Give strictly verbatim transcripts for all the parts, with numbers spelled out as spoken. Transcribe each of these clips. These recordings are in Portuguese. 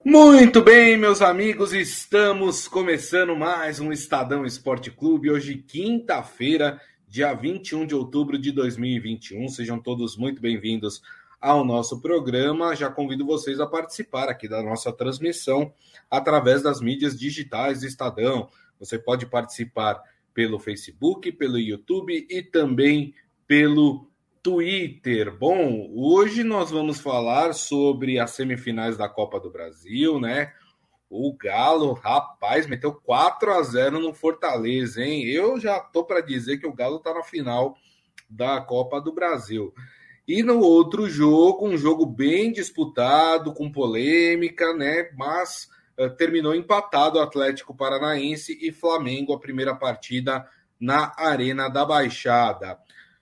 Muito bem, meus amigos, estamos começando mais um Estadão Esporte Clube, hoje quinta-feira, dia vinte e um de outubro de dois mil e vinte e um. Sejam todos muito bem-vindos ao nosso programa. Já convido vocês a participar aqui da nossa transmissão através das mídias digitais do Estadão. Você pode participar pelo Facebook, pelo YouTube e também pelo Twitter. Bom, hoje nós vamos falar sobre as semifinais da Copa do Brasil, né? O Galo, rapaz, meteu quatro a zero no Fortaleza, hein? Eu já tô para dizer que o Galo tá na final da Copa do Brasil. E no outro jogo, um jogo bem disputado, com polêmica, né? Mas uh, terminou empatado o Atlético Paranaense e Flamengo, a primeira partida na Arena da Baixada.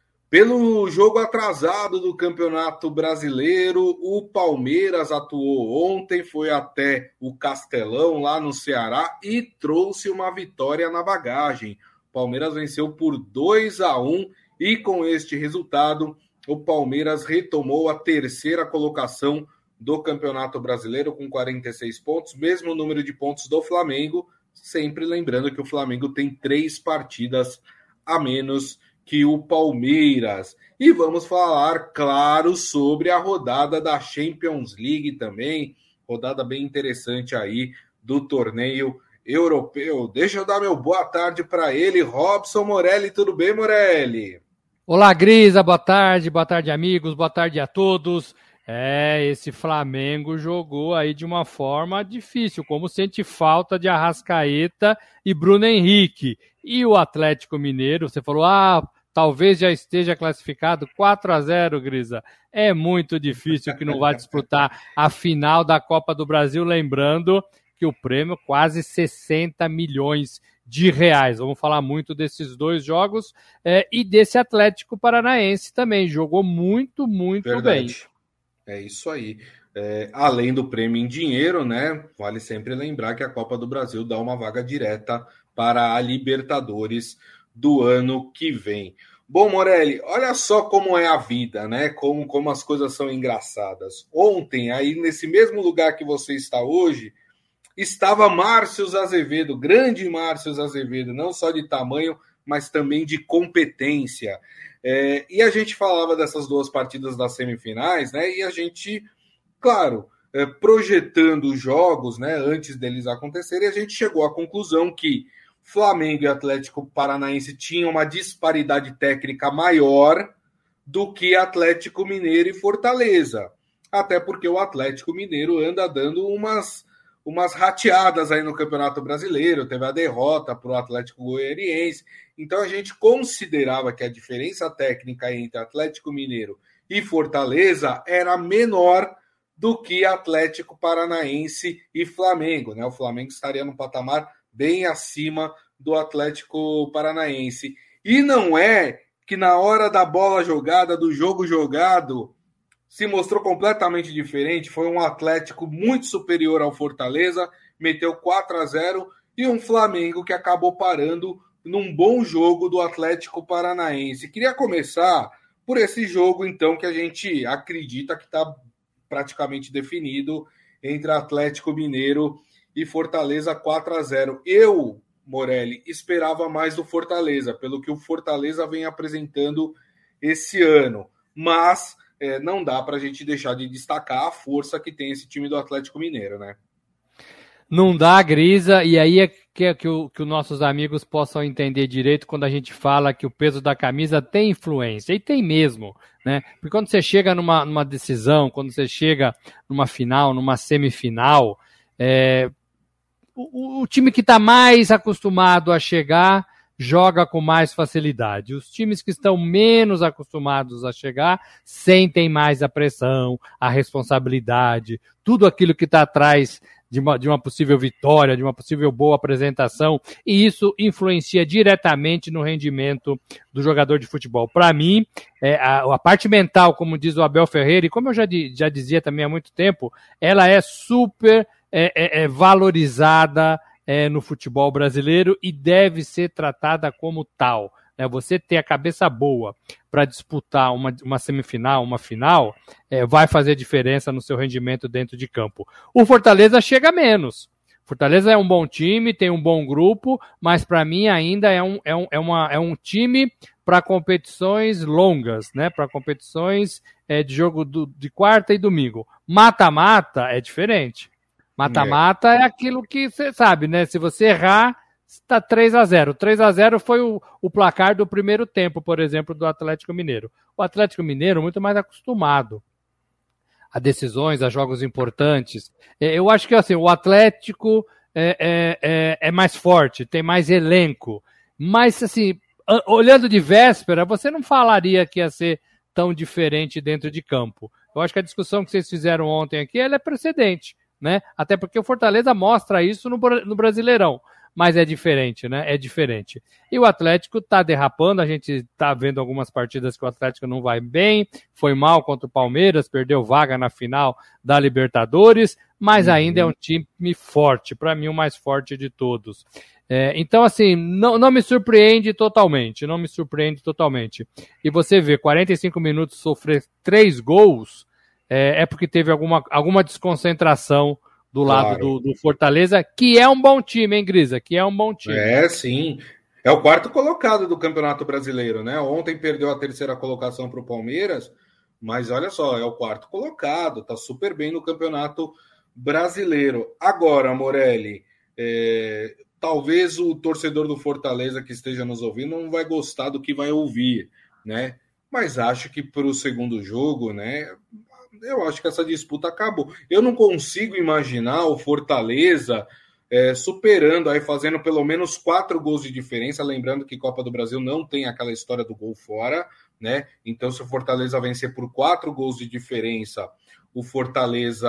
Pelo jogo atrasado do Campeonato Brasileiro, o Palmeiras atuou ontem, foi até o Castelão, lá no Ceará, e trouxe uma vitória na bagagem. O Palmeiras venceu por dois a um e com este resultado, o Palmeiras retomou a terceira colocação do Campeonato Brasileiro com quarenta e seis pontos, mesmo número de pontos do Flamengo, sempre lembrando que o Flamengo tem três partidas a menos que o Palmeiras. E vamos falar, claro, sobre a rodada da Champions League também, rodada bem interessante aí do torneio europeu. Deixa eu dar meu boa tarde para ele, Robson Morelli. Tudo bem, Morelli? Olá, Grisa, boa tarde, boa tarde, amigos, boa tarde a todos. É, esse Flamengo jogou aí de uma forma difícil, como sente falta de Arrascaeta e Bruno Henrique. E o Atlético Mineiro, você falou, ah, talvez já esteja classificado quatro a zero, Grisa. É muito difícil que não vai disputar a final da Copa do Brasil, lembrando que o prêmio é quase sessenta milhões de reais. Vamos falar muito desses dois jogos é, e desse Atlético Paranaense também. Jogou muito, muito Verdade. bem. É isso aí. É, além do prêmio em dinheiro, né? Vale sempre lembrar que a Copa do Brasil dá uma vaga direta para a Libertadores do ano que vem. Bom, Morelli, olha só como é a vida, né? Como, como as coisas são engraçadas. Ontem, aí nesse mesmo lugar que você está hoje, estava Márcio Azevedo, grande Márcio Azevedo, não só de tamanho, mas também de competência. É, e a gente falava dessas duas partidas das semifinais, né? E a gente, claro, é, projetando os jogos, né, antes deles acontecerem, a gente chegou à conclusão que Flamengo e Atlético Paranaense tinham uma disparidade técnica maior do que Atlético Mineiro e Fortaleza. Até porque o Atlético Mineiro anda dando umas, umas rateadas aí no Campeonato Brasileiro, teve a derrota para o Atlético Goianiense. Então a gente considerava que a diferença técnica entre Atlético Mineiro e Fortaleza era menor do que Atlético Paranaense e Flamengo, né? O Flamengo estaria no patamar bem acima do Atlético Paranaense. E não é que na hora da bola jogada, do jogo jogado, se mostrou completamente diferente. Foi um Atlético muito superior ao Fortaleza, meteu quatro a zero, e um Flamengo que acabou parando num bom jogo do Atlético Paranaense. Queria começar por esse jogo, então, que a gente acredita que está praticamente definido entre Atlético Mineiro e Fortaleza, quatro a zero. Eu, Morelli, esperava mais do Fortaleza, pelo que o Fortaleza vem apresentando esse ano. Mas é, não dá para a gente deixar de destacar a força que tem esse time do Atlético Mineiro, né? Não dá, Grisa, e aí é que, que, o, que os nossos amigos possam entender direito quando a gente fala que o peso da camisa tem influência, e tem mesmo, né? Porque quando você chega numa, numa decisão, quando você chega numa final, numa semifinal, é, o, o time que está mais acostumado a chegar joga com mais facilidade. Os times que estão menos acostumados a chegar sentem mais a pressão, a responsabilidade, tudo aquilo que está atrás de uma, de uma possível vitória, de uma possível boa apresentação, e isso influencia diretamente no rendimento do jogador de futebol. Para mim, é, a, a parte mental, como diz o Abel Ferreira, e como eu já, já dizia também há muito tempo, ela é super é, é, é valorizada é, no futebol brasileiro e deve ser tratada como tal. né? Você ter a cabeça boa para disputar uma, uma semifinal, uma final, é, vai fazer diferença no seu rendimento dentro de campo. O Fortaleza chega menos. Fortaleza é um bom time, tem um bom grupo, mas para mim ainda é um, é um, é uma, é um time para competições longas, né? Para competições é, de jogo do, de quarta e domingo. Mata-mata é diferente. Mata-mata é. é aquilo que você sabe, né? Se você errar, está três a zero. três a zero foi o, o placar do primeiro tempo, por exemplo, do Atlético Mineiro. O Atlético Mineiro muito mais acostumado a decisões, a jogos importantes. Eu acho que assim, o Atlético é, é, é, é mais forte, tem mais elenco. Mas, assim, olhando de véspera, você não falaria que ia ser tão diferente dentro de campo. Eu acho que a discussão que vocês fizeram ontem aqui, ela é precedente, né? Até porque o Fortaleza mostra isso no, no Brasileirão. Mas é diferente, né? É diferente. E o Atlético tá derrapando, a gente tá vendo algumas partidas que o Atlético não vai bem, foi mal contra o Palmeiras, perdeu vaga na final da Libertadores, mas uhum. ainda é um time forte, para mim o mais forte de todos. É, então, assim, não, não me surpreende totalmente, não me surpreende totalmente. E você vê, quarenta e cinco minutos sofrer três gols, é, é porque teve alguma, alguma desconcentração do lado claro. do, do Fortaleza, que é um bom time, hein, Grisa? Que é um bom time. É, sim. É o quarto colocado do Campeonato Brasileiro, né? Ontem perdeu a terceira colocação para o Palmeiras, mas olha só, é o quarto colocado, tá super bem no Campeonato Brasileiro. Agora, Morelli, é, talvez o torcedor do Fortaleza que esteja nos ouvindo não vai gostar do que vai ouvir, né? Mas acho que para o segundo jogo, né? Eu acho que essa disputa acabou. Eu não consigo imaginar o Fortaleza é, superando, aí fazendo pelo menos quatro gols de diferença. Lembrando que Copa do Brasil não tem aquela história do gol fora, né? Então, se o Fortaleza vencer por quatro gols de diferença, o Fortaleza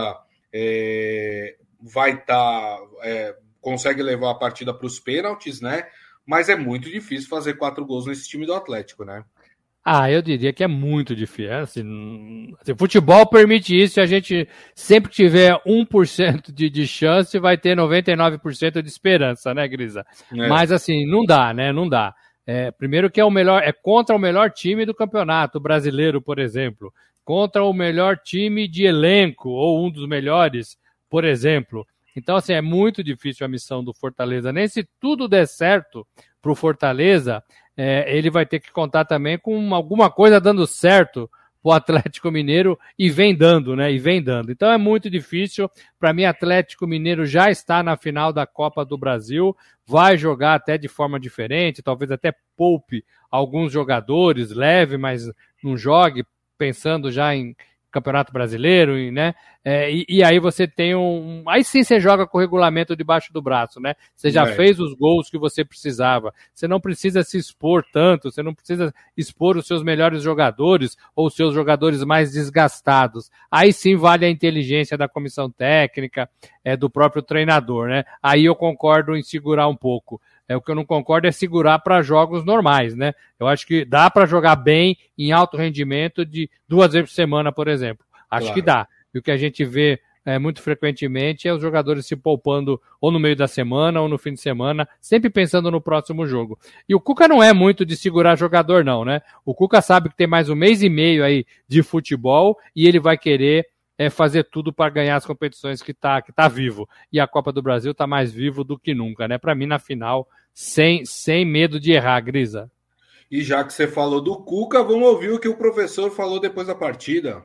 é, vai estar. Tá, é, consegue levar a partida para os pênaltis, né? Mas é muito difícil fazer quatro gols nesse time do Atlético, né? Ah, eu diria que é muito difícil. Assim, assim, futebol permite isso e a gente sempre tiver um por cento de, de chance vai ter noventa e nove por cento de esperança, né, Grisa? É. Mas assim, não dá, né? Não dá. É, primeiro que é o melhor, é contra o melhor time do campeonato brasileiro, por exemplo. Contra o melhor time de elenco, ou um dos melhores, por exemplo. Então, assim, é muito difícil a missão do Fortaleza. Nem se tudo der certo para o Fortaleza, É, ele vai ter que contar também com alguma coisa dando certo para o Atlético Mineiro e vem dando, né? E vem dando. Então é muito difícil. Para mim, Atlético Mineiro já está na final da Copa do Brasil, vai jogar até de forma diferente, talvez até poupe alguns jogadores, leve, mas não jogue, pensando já em Campeonato Brasileiro, né? É, e, e aí você tem um... Aí sim você joga com o regulamento debaixo do braço, né? Você já é. fez os gols que você precisava. Você não precisa se expor tanto, você não precisa expor os seus melhores jogadores ou os seus jogadores mais desgastados. Aí sim vale a inteligência da comissão técnica, é, do próprio treinador, né? Aí eu concordo em segurar um pouco. É, o que eu não concordo é segurar para jogos normais, né? Eu acho que dá para jogar bem em alto rendimento de duas vezes por semana, por exemplo. Acho claro. que dá. E o que a gente vê é, muito frequentemente é os jogadores se poupando ou no meio da semana ou no fim de semana, sempre pensando no próximo jogo. E o Cuca não é muito de segurar jogador, não, né? O Cuca sabe que tem mais um mês e meio aí de futebol e ele vai querer é fazer tudo para ganhar as competições que tá, que tá vivo. E a Copa do Brasil tá mais vivo do que nunca, né? Para mim, na final, sem, sem medo de errar, Grisa. E já que você falou do Cuca, vamos ouvir o que o professor falou depois da partida.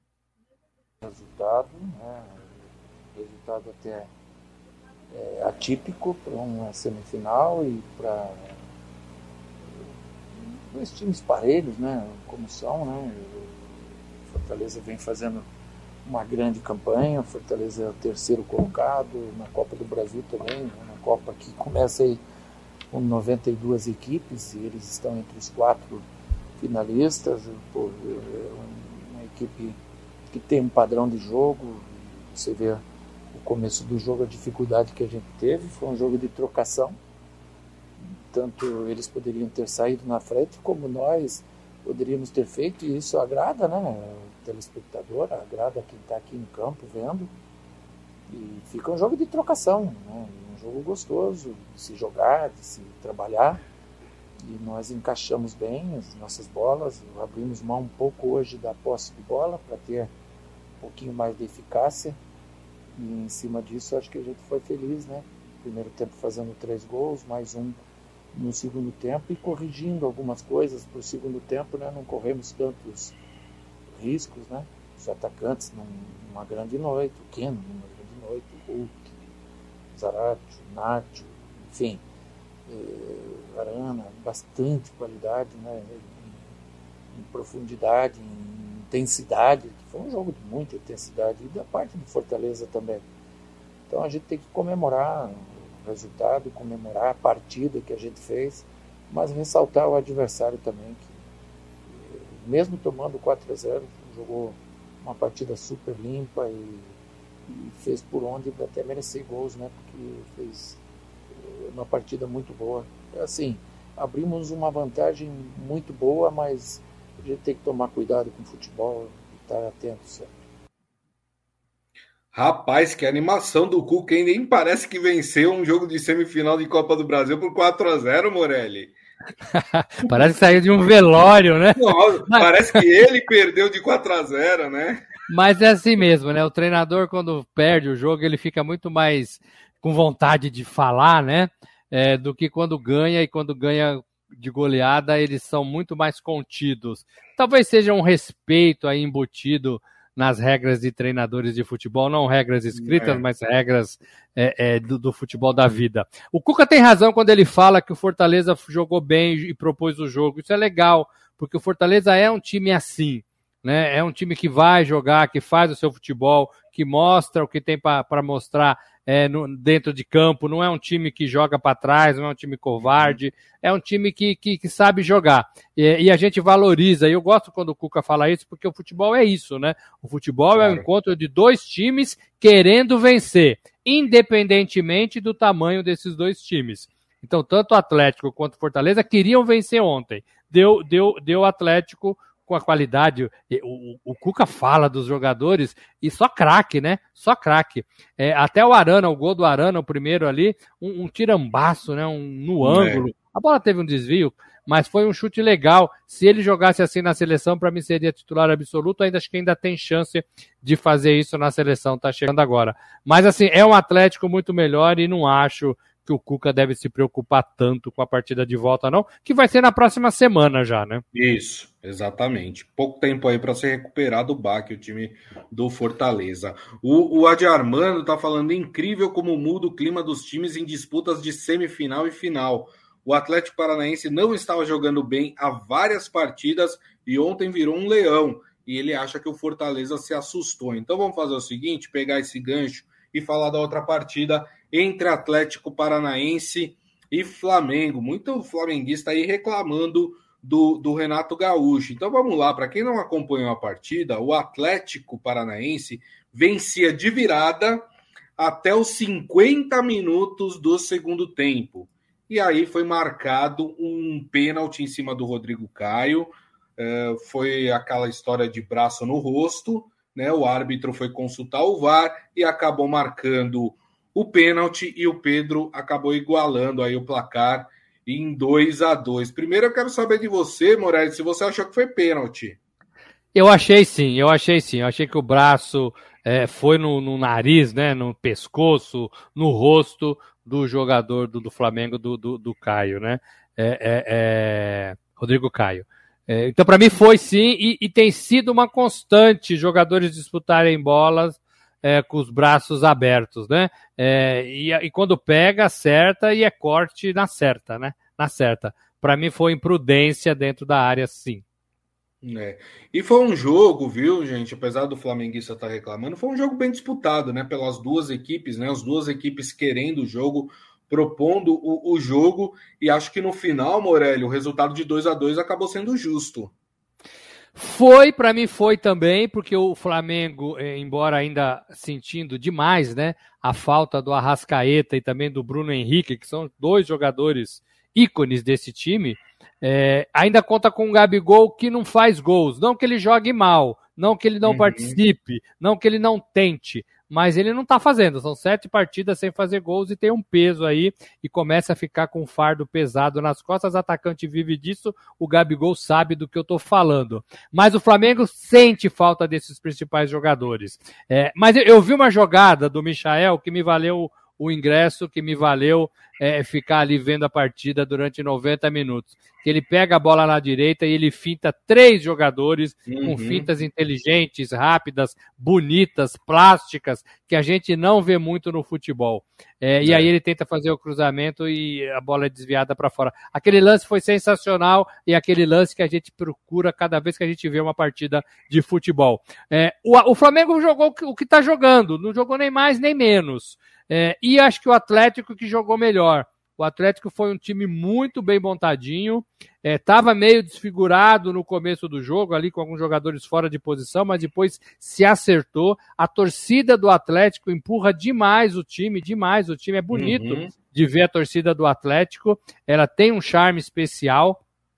Resultado, né? Resultado até é, atípico para uma semifinal e para dois times parelhos, né? Como são, né? O Fortaleza vem fazendo uma grande campanha, o Fortaleza é o terceiro colocado, na Copa do Brasil também, uma Copa que começa aí com noventa e duas equipes, e eles estão entre os quatro finalistas. Pô, é uma equipe que tem um padrão de jogo, você vê o começo do jogo, a dificuldade que a gente teve, foi um jogo de trocação, tanto eles poderiam ter saído na frente, como nós poderíamos ter feito, e isso agrada, né, o telespectador, agrada quem está aqui no campo vendo, e fica um jogo de trocação, né, um jogo gostoso de se jogar, de se trabalhar, e nós encaixamos bem as nossas bolas, abrimos mão um pouco hoje da posse de bola para ter um pouquinho mais de eficácia, e em cima disso acho que a gente foi feliz, né? Primeiro tempo fazendo três gols, mais um no segundo tempo e corrigindo algumas coisas para o segundo tempo, né? Não corremos tantos riscos, né? Os atacantes num, numa grande noite, o Keno numa grande noite, o Hulk, o Zarate, o Nacho, enfim, eh, Arana, bastante qualidade, né? Em, em profundidade, em intensidade, que foi um jogo de muita intensidade, e da parte do Fortaleza também. Então a gente tem que comemorar o resultado, comemorar a partida que a gente fez, mas ressaltar o adversário também, que mesmo tomando quatro a zero, jogou uma partida super limpa e, e fez por onde até merecer gols, né? Porque fez uma partida muito boa. Assim, abrimos uma vantagem muito boa, mas a gente tem que tomar cuidado com o futebol e estar atento sempre. Rapaz, que animação do Cuca, hein? Nem parece que venceu um jogo de semifinal de Copa do Brasil por quatro a zero, Morelli. Parece que saiu de um velório, né? Nossa, mas... Parece que ele perdeu de quatro a zero, né? Mas é assim mesmo, né? O treinador, quando perde o jogo, ele fica muito mais com vontade de falar, né? É, do que quando ganha, e quando ganha de goleada, eles são muito mais contidos. Talvez seja um respeito aí embutido nas regras de treinadores de futebol, não regras escritas, é. mas regras é, é, do, do futebol da vida. O Cuca tem razão quando ele fala que o Fortaleza jogou bem e propôs o jogo. Isso é legal, porque o Fortaleza é um time assim, né? É um time que vai jogar, que faz o seu futebol, que mostra o que tem para mostrar é, no, dentro de campo. Não é um time que joga para trás, não é um time covarde, é um time que, que, que sabe jogar. E, e a gente valoriza. E eu gosto quando o Cuca fala isso, porque o futebol é isso, né? O futebol claro. É o encontro de dois times querendo vencer, independentemente do tamanho desses dois times. Então, tanto o Atlético quanto o Fortaleza queriam vencer ontem. Deu, deu, deu Atlético com a qualidade, o, o, o Cuca fala dos jogadores e só craque, né? Só craque. É, até o Arana, o gol do Arana, o primeiro ali, um, um tirambaço, né? Um, no ângulo. É. A bola teve um desvio, mas foi um chute legal. Se ele jogasse assim na seleção, para mim seria titular absoluto. Ainda acho que ainda tem chance de fazer isso na seleção, tá chegando agora. Mas assim, é um Atlético muito melhor e não acho que o Cuca deve se preocupar tanto com a partida de volta, não, que vai ser na próxima semana já, né? Isso, exatamente. Pouco tempo aí para se recuperar do baque, o time do Fortaleza. O, o Adi Armando tá falando, incrível como muda o clima dos times em disputas de semifinal e final. O Atlético Paranaense não estava jogando bem há várias partidas e ontem virou um leão. E ele acha que o Fortaleza se assustou. Então vamos fazer o seguinte, pegar esse gancho e falar da outra partida entre Atlético Paranaense e Flamengo. Muito flamenguista aí reclamando do, do Renato Gaúcho. Então vamos lá, para quem não acompanhou a partida, o Atlético Paranaense vencia de virada até os cinquenta minutos do segundo tempo. E aí foi marcado um pênalti em cima do Rodrigo Caio. Uh, foi aquela história de braço no rosto, né? O árbitro foi consultar o V A R e acabou marcando o pênalti e o Pedro acabou igualando aí o placar em dois a dois. Primeiro eu quero saber de você, Moraes, se você achou que foi pênalti. Eu achei sim, eu achei sim. Eu achei que o braço é, foi no, no nariz, né, no pescoço, no rosto do jogador do, do Flamengo, do, do, do Caio, né? É, é, é... Rodrigo Caio. É, então, para mim, foi sim, e, e tem sido uma constante jogadores disputarem bolas é, com os braços abertos, né? É, e, e quando pega, acerta e é corte na certa, né? Na certa. Para mim, foi imprudência dentro da área, sim. É. E foi um jogo, viu, gente? Apesar do flamenguista estar reclamando, foi um jogo bem disputado, né? Pelas duas equipes, né? As duas equipes querendo o jogo, propondo o, o jogo, e acho que no final, Morelli, o resultado de dois a dois acabou sendo justo. Foi, para mim foi também, porque o Flamengo, embora ainda sentindo demais, né, a falta do Arrascaeta e também do Bruno Henrique, que são dois jogadores ícones desse time, é, ainda conta com o Gabigol, que não faz gols, não que ele jogue mal, não que ele não uhum. participe, não que ele não tente, mas ele não está fazendo. São sete partidas sem fazer gols e tem um peso aí e começa a ficar com um fardo pesado nas costas. O atacante vive disso, o Gabigol sabe do que eu estou falando. Mas o Flamengo sente falta desses principais jogadores. É, mas eu, eu vi uma jogada do Michael que me valeu o ingresso, que me valeu é, ficar ali vendo a partida durante noventa minutos. Que ele pega a bola na direita e ele finta três jogadores uhum. com fintas inteligentes, rápidas, bonitas, plásticas, que a gente não vê muito no futebol. É, é. E aí ele tenta fazer o cruzamento e a bola é desviada para fora. Aquele lance foi sensacional e aquele lance que a gente procura cada vez que a gente vê uma partida de futebol. É, o, o Flamengo jogou o que está jogando, não jogou nem mais nem menos. É, e acho que o Atlético que jogou melhor. O Atlético foi um time muito bem montadinho, estava é, meio desfigurado no começo do jogo, ali com alguns jogadores fora de posição, mas depois se acertou. A torcida do Atlético empurra demais o time, demais. O time é bonito uhum. de ver a torcida do Atlético, ela tem um charme especial.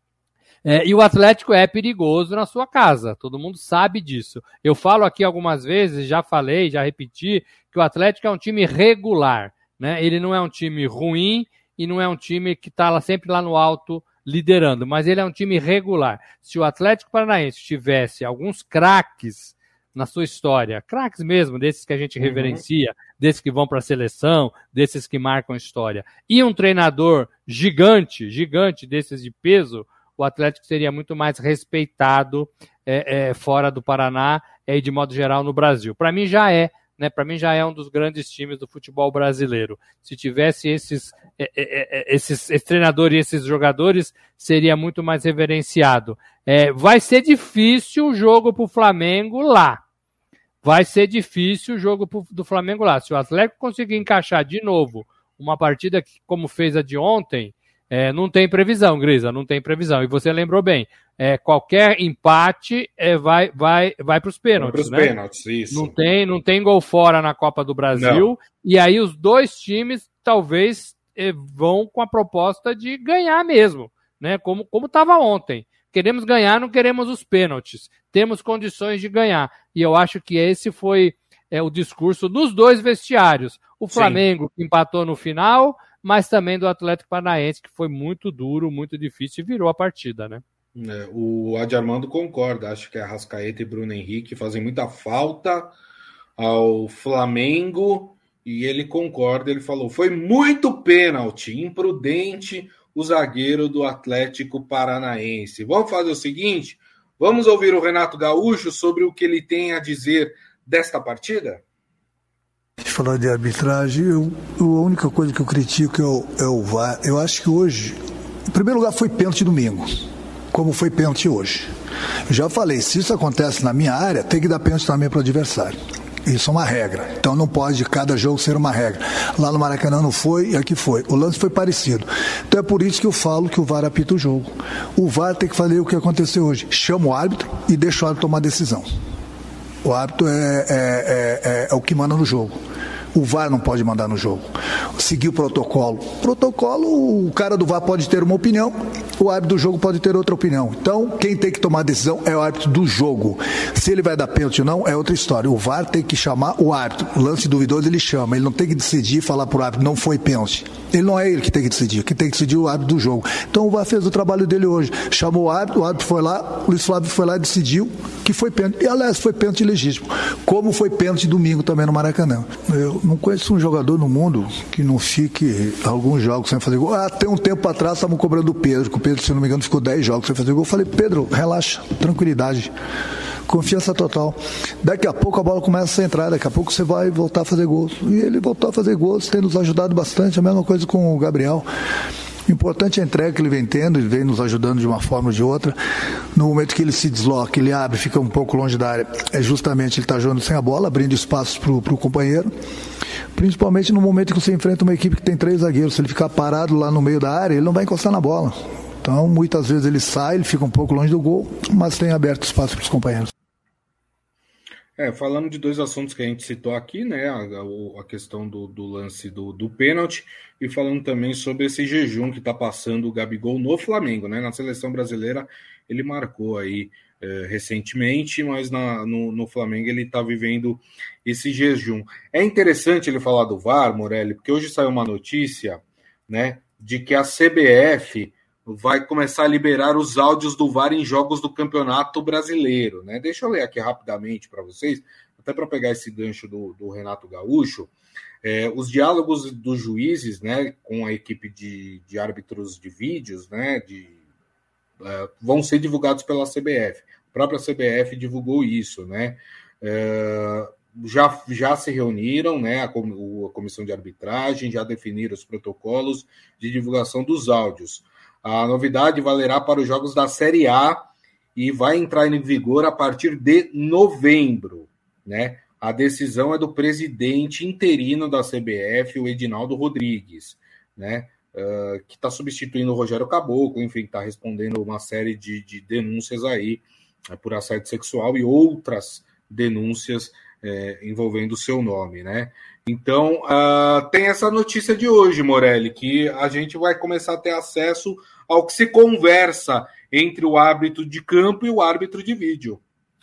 É, e o Atlético é perigoso na sua casa, todo mundo sabe disso. Eu falo aqui algumas vezes, já falei, já repeti, que o Atlético é um time regular, né? Ele não é um time ruim e não é um time que está lá, sempre lá no alto liderando, mas ele é um time regular. Se o Atlético Paranaense tivesse alguns craques na sua história, craques mesmo, desses que a gente reverencia, uhum. desses que vão para a seleção, desses que marcam história, e um treinador gigante, gigante desses de peso, o Atlético seria muito mais respeitado é, é, fora do Paraná é, e de modo geral no Brasil. Para mim já é, né? Para mim já é um dos grandes times do futebol brasileiro. Se tivesse esses, é, é, esses, esse treinador e esses jogadores, seria muito mais reverenciado. É, vai ser difícil o jogo para o Flamengo lá. Vai ser difícil o jogo pro, do Flamengo lá. Se o Atlético conseguir encaixar de novo uma partida que, como fez a de ontem, É, não tem previsão, Grisa, não tem previsão. E você lembrou bem, é, qualquer empate é, vai, vai, vai para os pênaltis, né? pênaltis, isso. Não tem, não tem gol fora na Copa do Brasil. Não. E aí os dois times talvez é, vão com a proposta de ganhar mesmo, né? Como como estava ontem. Queremos ganhar, não queremos os pênaltis. Temos condições de ganhar. E eu acho que esse foi é, o discurso dos dois vestiários. O Flamengo, Sim. que empatou no final, mas também do Atlético Paranaense, que foi muito duro, muito difícil e virou a partida, né? É, o Adi Armando concorda, acho que a Arrascaeta e Bruno Henrique fazem muita falta ao Flamengo, e ele concorda, ele falou, foi muito pênalti, imprudente o zagueiro do Atlético Paranaense. Vamos fazer o seguinte, vamos ouvir o Renato Gaúcho sobre o que ele tem a dizer desta partida? Falar de arbitragem, eu, a única coisa que eu critico é o, é o V A R. Eu acho que hoje, em primeiro lugar, foi pênalti domingo, como foi pênalti hoje. Eu já falei, se isso acontece na minha área, tem que dar pênalti também para o adversário. Isso é uma regra. Então não pode cada jogo ser uma regra. Lá no Maracanã não foi e aqui foi. O lance foi parecido. Então é por isso que eu falo que o V A R apita o jogo. O V A R tem que fazer o que aconteceu hoje. Chama o árbitro e deixa o árbitro tomar decisão. O árbitro é, é, é, é o que manda no jogo. O V A R não pode mandar no jogo. Seguir o protocolo. Protocolo, o cara do V A R pode ter uma opinião, o árbitro do jogo pode ter outra opinião. Então, quem tem que tomar a decisão é o árbitro do jogo. Se ele vai dar pênalti ou não, é outra história. O V A R tem que chamar o árbitro. O lance duvidoso ele chama. Ele não tem que decidir e falar para o árbitro, não foi pênalti. Ele não é ele que tem que decidir. Quem tem que decidir é o árbitro do jogo. Então, o V A R fez o trabalho dele hoje. Chamou o árbitro, o árbitro foi lá, o Luiz Flávio foi lá e decidiu que foi pênalti. E, aliás, foi pênalti legítimo. Como foi pênalti domingo também no Maracanã. Eu não conheço um jogador no mundo que não fique alguns jogos sem fazer gol. Ah, tem um tempo atrás estavam cobrando o Pedro, que o Pedro, se não me engano, ficou dez jogos sem fazer gol. Eu falei, Pedro, relaxa, tranquilidade, confiança total. Daqui a pouco a bola começa a entrar, daqui a pouco você vai voltar a fazer gols. E ele voltou a fazer gols, tem nos ajudado bastante, a mesma coisa com o Gabriel. O importante é a entrega que ele vem tendo, ele vem nos ajudando de uma forma ou de outra. No momento que ele se desloca, ele abre, fica um pouco longe da área, é justamente ele está jogando sem a bola, abrindo espaços para o companheiro. Principalmente no momento que você enfrenta uma equipe que tem três zagueiros. Se ele ficar parado lá no meio da área, ele não vai encostar na bola. Então, muitas vezes ele sai, ele fica um pouco longe do gol, mas tem aberto espaço para os companheiros. É, falando de dois assuntos que a gente citou aqui, né, a, a questão do, do lance do, do pênalti e falando também sobre esse jejum que está passando o Gabigol no Flamengo, né, na seleção brasileira ele marcou aí é, recentemente, mas na, no, no Flamengo ele está vivendo esse jejum. É interessante ele falar do V A R, Morelli, porque hoje saiu uma notícia, né, de que a C B F vai começar a liberar os áudios do V A R em jogos do Campeonato Brasileiro, né? Deixa eu ler aqui rapidamente para vocês, até para pegar esse gancho do, do Renato Gaúcho. É, os diálogos dos juízes, né, com a equipe de, de árbitros de vídeos, né, de, uh, vão ser divulgados pela C B F. A própria C B F divulgou isso, né? Uh, já, já se reuniram, né, a, com, a comissão de arbitragem, já definiram os protocolos de divulgação dos áudios. A novidade valerá para os jogos da Série A e vai entrar em vigor a partir de novembro, né? A decisão é do presidente interino da C B F, o Edinaldo Rodrigues, né? Uh, que está substituindo o Rogério Caboclo, enfim, está respondendo uma série de, de denúncias aí uh, por assédio sexual e outras denúncias uh, envolvendo o seu nome, né? Então, uh, tem essa notícia de hoje, Morelli, que a gente vai começar a ter acesso ao que se conversa entre o árbitro de campo e o árbitro de vídeo.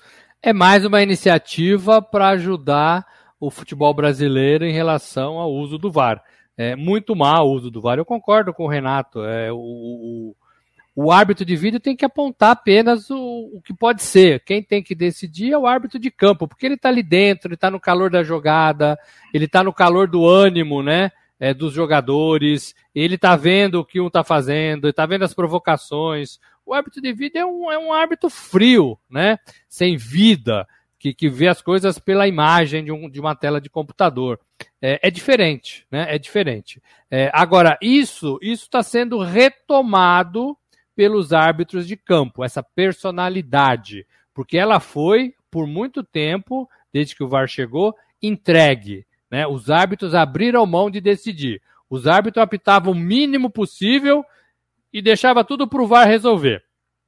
É mais uma iniciativa para ajudar o futebol brasileiro em relação ao uso do V A R. É muito mau o uso do V A R. Eu concordo com o Renato. É, o, o, o árbitro de vídeo tem que apontar apenas o, o que pode ser. Quem tem que decidir é o árbitro de campo, porque ele está ali dentro, ele está no calor da jogada, ele está no calor do ânimo, né, é, dos jogadores, ele está vendo o que um está fazendo, ele está vendo as provocações. O árbitro de vídeo é um, é um árbitro frio, né? Sem vida, que, que vê as coisas pela imagem de, um, de uma tela de computador. É, é diferente, né? É diferente. É, agora, isso isso está sendo retomado pelos árbitros de campo, essa personalidade, porque ela foi, por muito tempo, desde que o V A R chegou, entregue, né? Os árbitros abriram mão de decidir. Os árbitros apitavam o mínimo possível e deixava tudo para o V A R resolver.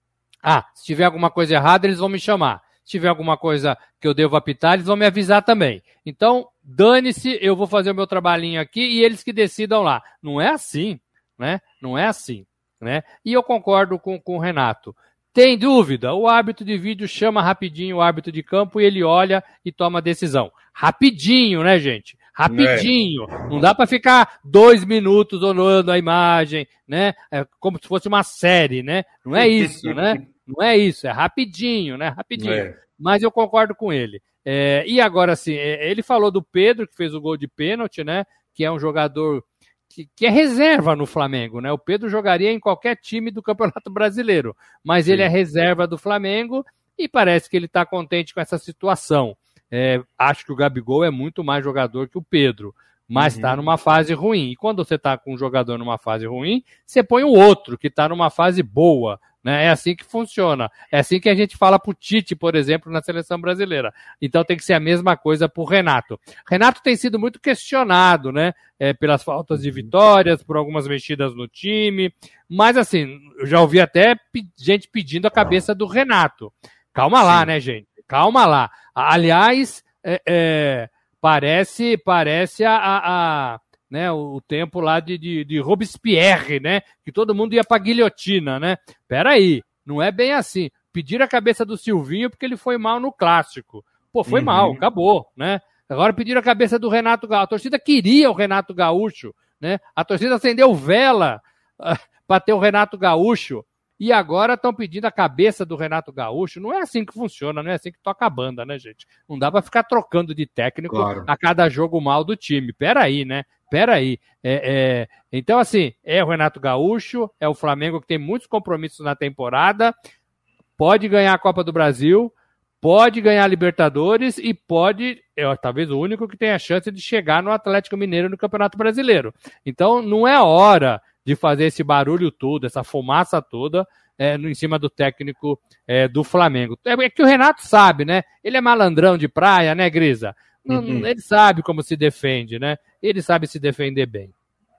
Ah, se tiver alguma coisa errada, eles vão me chamar. Se tiver alguma coisa que eu devo apitar, eles vão me avisar também. Então, dane-se, eu vou fazer o meu trabalhinho aqui e eles que decidam lá. Não é assim, né? Não é assim, né? E eu concordo com, com o Renato. Tem dúvida? O árbitro de vídeo chama rapidinho o árbitro de campo e ele olha e toma a decisão. Rapidinho, né, gente? Rapidinho, é. Não dá para ficar dois minutos olhando a imagem, né? É como se fosse uma série, né? Não é isso, né? Não é isso, é rapidinho, né? Rapidinho. É. Mas eu concordo com ele. É, e agora, assim, ele falou do Pedro, que fez o gol de pênalti, né? Que é um jogador que, que é reserva no Flamengo, né? O Pedro jogaria em qualquer time do Campeonato Brasileiro, mas Sim. ele é reserva do Flamengo e parece que ele está contente com essa situação. É, acho que o Gabigol é muito mais jogador que o Pedro, mas está uhum. numa fase ruim. E quando você está com um jogador numa fase ruim, você põe o outro que está numa fase boa. Né? É assim que funciona. É assim que a gente fala para o Tite, por exemplo, na seleção brasileira. Então tem que ser a mesma coisa para o Renato. Renato tem sido muito questionado, né? É, pelas faltas de vitórias, por algumas mexidas no time. Mas assim, eu já ouvi até gente pedindo a cabeça do Renato. Calma lá, Sim. né, gente? Calma lá. Aliás, é, é, parece, parece a, a, a, né, o tempo lá de, de, de Robespierre, né? Que todo mundo ia pra guilhotina, né? Peraí, não é bem assim. Pediram a cabeça do Silvinho porque ele foi mal no clássico. Pô, foi uhum. mal, acabou, né? Agora pediram a cabeça do Renato Gaúcho. A torcida queria o Renato Gaúcho, né? A torcida acendeu vela uh, para ter o Renato Gaúcho. E agora estão pedindo a cabeça do Renato Gaúcho. Não é assim que funciona, não é assim que toca a banda, né, gente? Não dá para ficar trocando de técnico claro. a cada jogo mal do time. Peraí, né? Peraí. É, é... Então, assim, é o Renato Gaúcho, é o Flamengo que tem muitos compromissos na temporada, pode ganhar a Copa do Brasil, pode ganhar a Libertadores e pode, é talvez o único que tem a chance de chegar no Atlético Mineiro no Campeonato Brasileiro. Então, não é hora de fazer esse barulho todo, essa fumaça toda é, no, em cima do técnico é, do Flamengo. É, é que o Renato sabe, né? Ele é malandrão de praia, né, Grisa? Uhum. Ele sabe como se defende, né? Ele sabe se defender bem.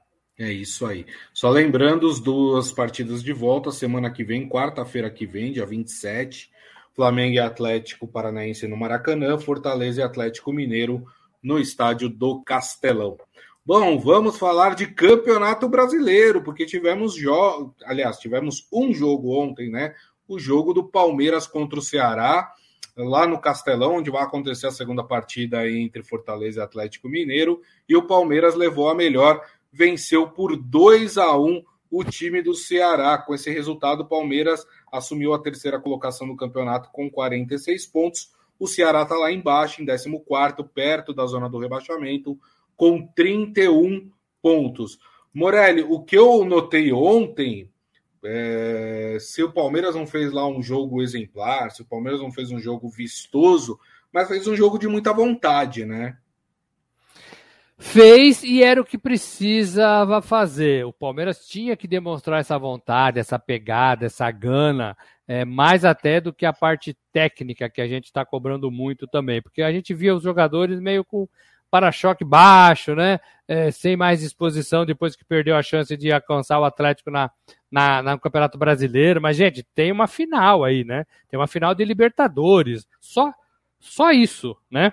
É isso aí. Só lembrando as duas partidas de volta, semana que vem, quarta-feira que vem, dia vinte e sete, Flamengo e Atlético Paranaense no Maracanã, Fortaleza e Atlético Mineiro no estádio do Castelão. Bom, vamos falar de Campeonato Brasileiro, porque tivemos jogos, aliás, tivemos um jogo ontem, né? o jogo do Palmeiras contra o Ceará, lá no Castelão, onde vai acontecer a segunda partida entre Fortaleza e Atlético Mineiro, e o Palmeiras levou a melhor, venceu por dois a um o time do Ceará. Com esse resultado, o Palmeiras assumiu a terceira colocação no campeonato com quarenta e seis pontos, o Ceará está lá embaixo, em décimo quarto, perto da zona do rebaixamento, com trinta e um pontos. Morelli, o que eu notei ontem, é, se o Palmeiras não fez lá um jogo exemplar, se o Palmeiras não fez um jogo vistoso, mas fez um jogo de muita vontade, né? Fez e era o que precisava fazer. O Palmeiras tinha que demonstrar essa vontade, essa pegada, essa gana, é, mais até do que a parte técnica que a gente está cobrando muito também, porque a gente via os jogadores meio com para-choque baixo, né? É, sem mais disposição depois que perdeu a chance de alcançar o Atlético na, na, no Campeonato Brasileiro. Mas, gente, tem uma final aí, né? Tem uma final de Libertadores. Só, só isso, né?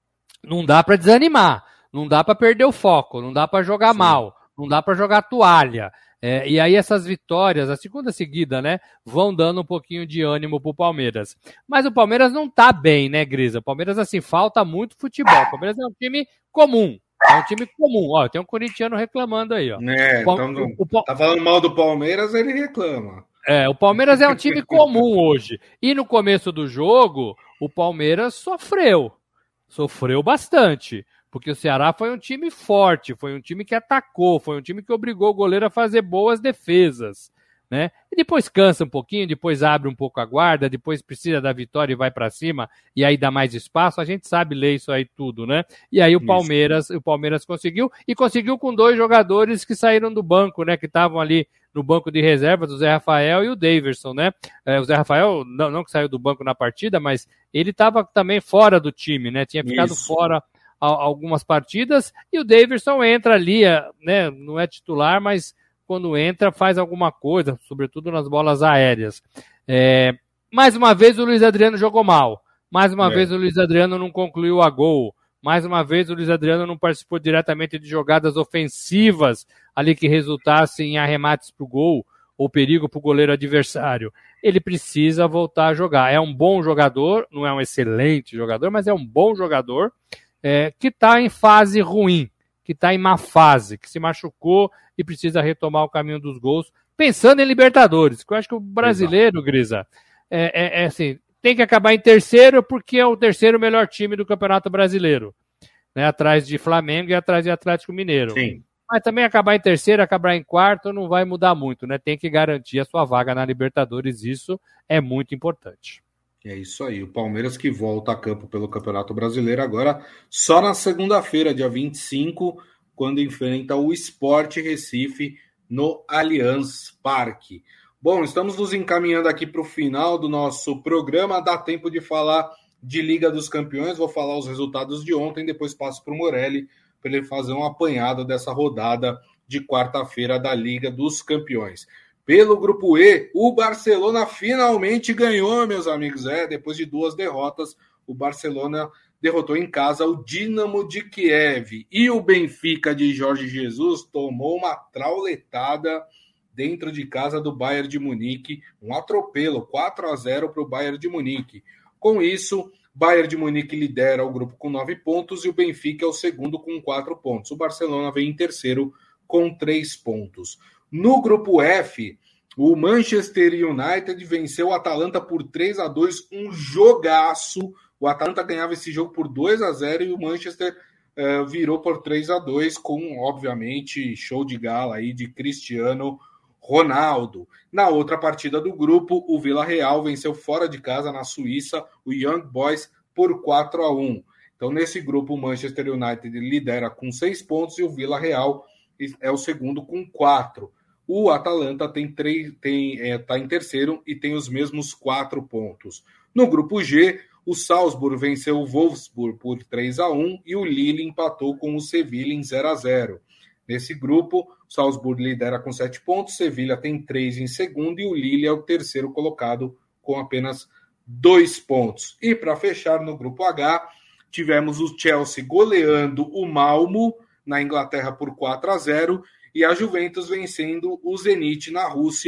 Não dá para desanimar, não dá para perder o foco, não dá para jogar Sim. mal, não dá para jogar toalha. É, e aí essas vitórias, a segunda seguida, né, vão dando um pouquinho de ânimo pro Palmeiras. Mas o Palmeiras não tá bem, né, Grisa? O Palmeiras, assim, falta muito futebol. O Palmeiras é um time comum. É um time comum. Ó, tem um corintiano reclamando aí, ó. É, o, então, o, o, tá falando mal do Palmeiras, ele reclama. É, o Palmeiras é um time comum hoje. E no começo do jogo, o Palmeiras sofreu. Sofreu bastante. Porque o Ceará foi um time forte, foi um time que atacou, foi um time que obrigou o goleiro a fazer boas defesas, né? E depois cansa um pouquinho, depois abre um pouco a guarda, depois precisa da vitória e vai para cima, e aí dá mais espaço, a gente sabe ler isso aí tudo, né? E aí o Palmeiras, o Palmeiras conseguiu, e conseguiu com dois jogadores que saíram do banco, né? Que estavam ali no banco de reservas, o Zé Rafael e o Daverson, né? É, o Zé Rafael, não, não que saiu do banco na partida, mas ele estava também fora do time, né? Tinha ficado isso. fora algumas partidas, e o Daverson entra ali, né, não é titular, mas quando entra faz alguma coisa, sobretudo nas bolas aéreas. É, mais uma vez o Luiz Adriano jogou mal, mais uma é. vez o Luiz Adriano não concluiu a gol, mais uma vez o Luiz Adriano não participou diretamente de jogadas ofensivas ali que resultassem em arremates para o gol ou perigo para o goleiro adversário. Ele precisa voltar a jogar. É um bom jogador, não é um excelente jogador, mas é um bom jogador, É, que está em fase ruim, que está em má fase, que se machucou e precisa retomar o caminho dos gols, pensando em Libertadores, que eu acho que o brasileiro, Exato. Grisa, é, é, é assim, tem que acabar em terceiro porque é o terceiro melhor time do Campeonato Brasileiro, né, atrás de Flamengo e atrás de Atlético Mineiro. Sim. Mas também acabar em terceiro, acabar em quarto, não vai mudar muito, né? Tem que garantir a sua vaga na Libertadores, isso é muito importante. É isso aí, o Palmeiras que volta a campo pelo Campeonato Brasileiro agora só na segunda-feira, dia vinte e cinco, quando enfrenta o Sport Recife no Allianz Parque. Bom, estamos nos encaminhando aqui para o final do nosso programa, dá tempo de falar de Liga dos Campeões, vou falar os resultados de ontem, depois passo para o Morelli para ele fazer um apanhado dessa rodada de quarta-feira da Liga dos Campeões. Pelo Grupo E, o Barcelona finalmente ganhou, meus amigos. É, depois de duas derrotas, o Barcelona derrotou em casa o Dinamo de Kiev. E o Benfica de Jorge Jesus tomou uma trauletada dentro de casa do Bayern de Munique. Um atropelo, quatro a zero para o Bayern de Munique. Com isso, Bayern de Munique lidera o grupo com nove pontos e o Benfica é o segundo com quatro pontos. O Barcelona vem em terceiro com três pontos. No grupo F, o Manchester United venceu o Atalanta por três a dois, um jogaço. O Atalanta ganhava esse jogo por dois a zero e o Manchester uh, virou por três a dois com, obviamente, show de gala aí de Cristiano Ronaldo. Na outra partida do grupo, o Villarreal venceu fora de casa na Suíça o Young Boys por quatro a um. Então, nesse grupo, o Manchester United lidera com seis pontos e o Villarreal é o segundo com quatro. O Atalanta tem três, tem, é, tá em terceiro e tem os mesmos quatro pontos. No grupo G, o Salzburg venceu o Wolfsburg por três a um e o Lille empatou com o Sevilla em zero a zero. Nesse grupo, o Salzburg lidera com sete pontos, Sevilla tem três em segundo e o Lille é o terceiro colocado com apenas dois pontos. E para fechar no grupo H, tivemos o Chelsea goleando o Malmo na Inglaterra por quatro a zero e a Juventus vencendo o Zenit na Rússia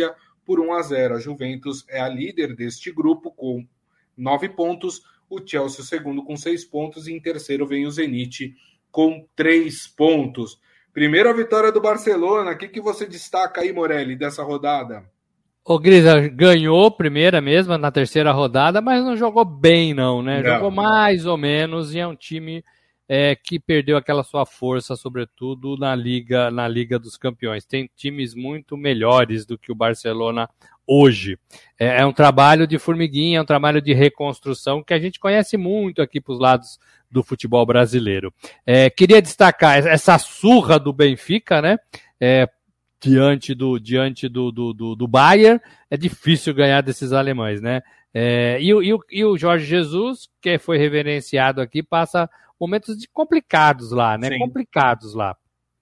por um a zero. A Juventus é a líder deste grupo com nove pontos, o Chelsea o segundo com seis pontos e em terceiro vem o Zenit com três pontos. Primeira vitória do Barcelona, o que, que você destaca aí, Morelli, dessa rodada? O Grisa ganhou primeira mesmo, na terceira rodada, mas não jogou bem não, né? Não. Jogou mais ou menos e é um time é, que perdeu aquela sua força, sobretudo na Liga, na Liga dos Campeões. Tem times muito melhores do que o Barcelona hoje. É, é um trabalho de formiguinha, é um trabalho de reconstrução que a gente conhece muito aqui para os lados do futebol brasileiro. É, queria destacar essa surra do Benfica, né? É, diante do, diante do, do, do, do Bayern, é difícil ganhar desses alemães, né? É, e, e, e o Jorge Jesus, que foi reverenciado aqui, passa momentos de complicados lá, né? Sim. Complicados lá.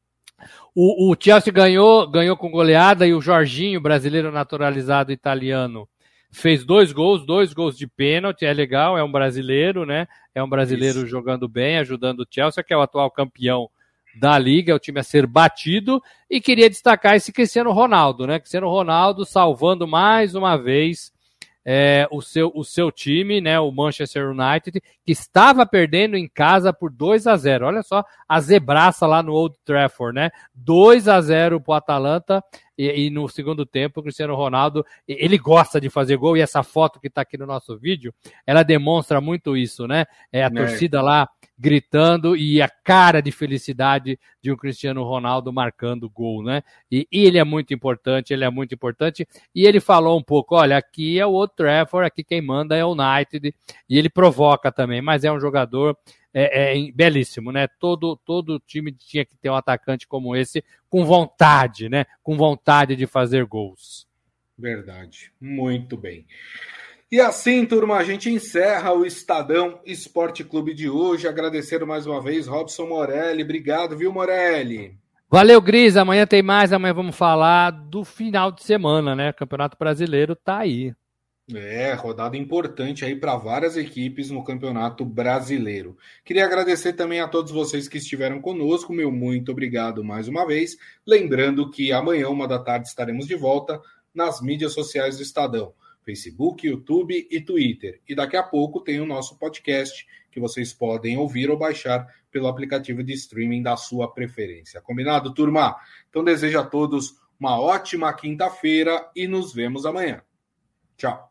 O, o Chelsea ganhou, ganhou com goleada e o Jorginho, brasileiro naturalizado italiano, fez dois gols, dois gols de pênalti, é legal, é um brasileiro, né? É um brasileiro Isso. jogando bem, ajudando o Chelsea, que é o atual campeão da Liga, é o time a ser batido, e queria destacar esse Cristiano Ronaldo, né? Cristiano Ronaldo salvando mais uma vez é, o, seu, o seu time, né? O Manchester United, que estava perdendo em casa por dois a zero. Olha só a zebraça lá no Old Trafford, né? dois a zero pro Atalanta, e, e no segundo tempo o Cristiano Ronaldo, ele gosta de fazer gol, e essa foto que está aqui no nosso vídeo, ela demonstra muito isso, né? É a é. torcida lá gritando e a cara de felicidade de um Cristiano Ronaldo marcando gol, né? E, e ele é muito importante, ele é muito importante, e ele falou um pouco, olha, aqui é o Old Trafford, aqui quem manda é o United, e ele provoca também, mas é um jogador é, é, belíssimo, né? Todo, todo time tinha que ter um atacante como esse, com vontade, né? Com vontade de fazer gols. Verdade, muito bem. E assim, turma, a gente encerra o Estadão Esporte Clube de hoje. Agradecer mais uma vez, Robson Morelli. Obrigado, viu, Morelli? Valeu, Gris. Amanhã tem mais. Amanhã vamos falar do final de semana, né? O Campeonato Brasileiro tá aí. É, rodada importante aí para várias equipes no Campeonato Brasileiro. Queria agradecer também a todos vocês que estiveram conosco. Meu muito obrigado mais uma vez. Lembrando que amanhã, uma da tarde, estaremos de volta nas mídias sociais do Estadão. Facebook, YouTube e Twitter. E daqui a pouco tem o nosso podcast, que vocês podem ouvir ou baixar pelo aplicativo de streaming da sua preferência. Combinado, turma? Então desejo a todos uma ótima quinta-feira e nos vemos amanhã. Tchau.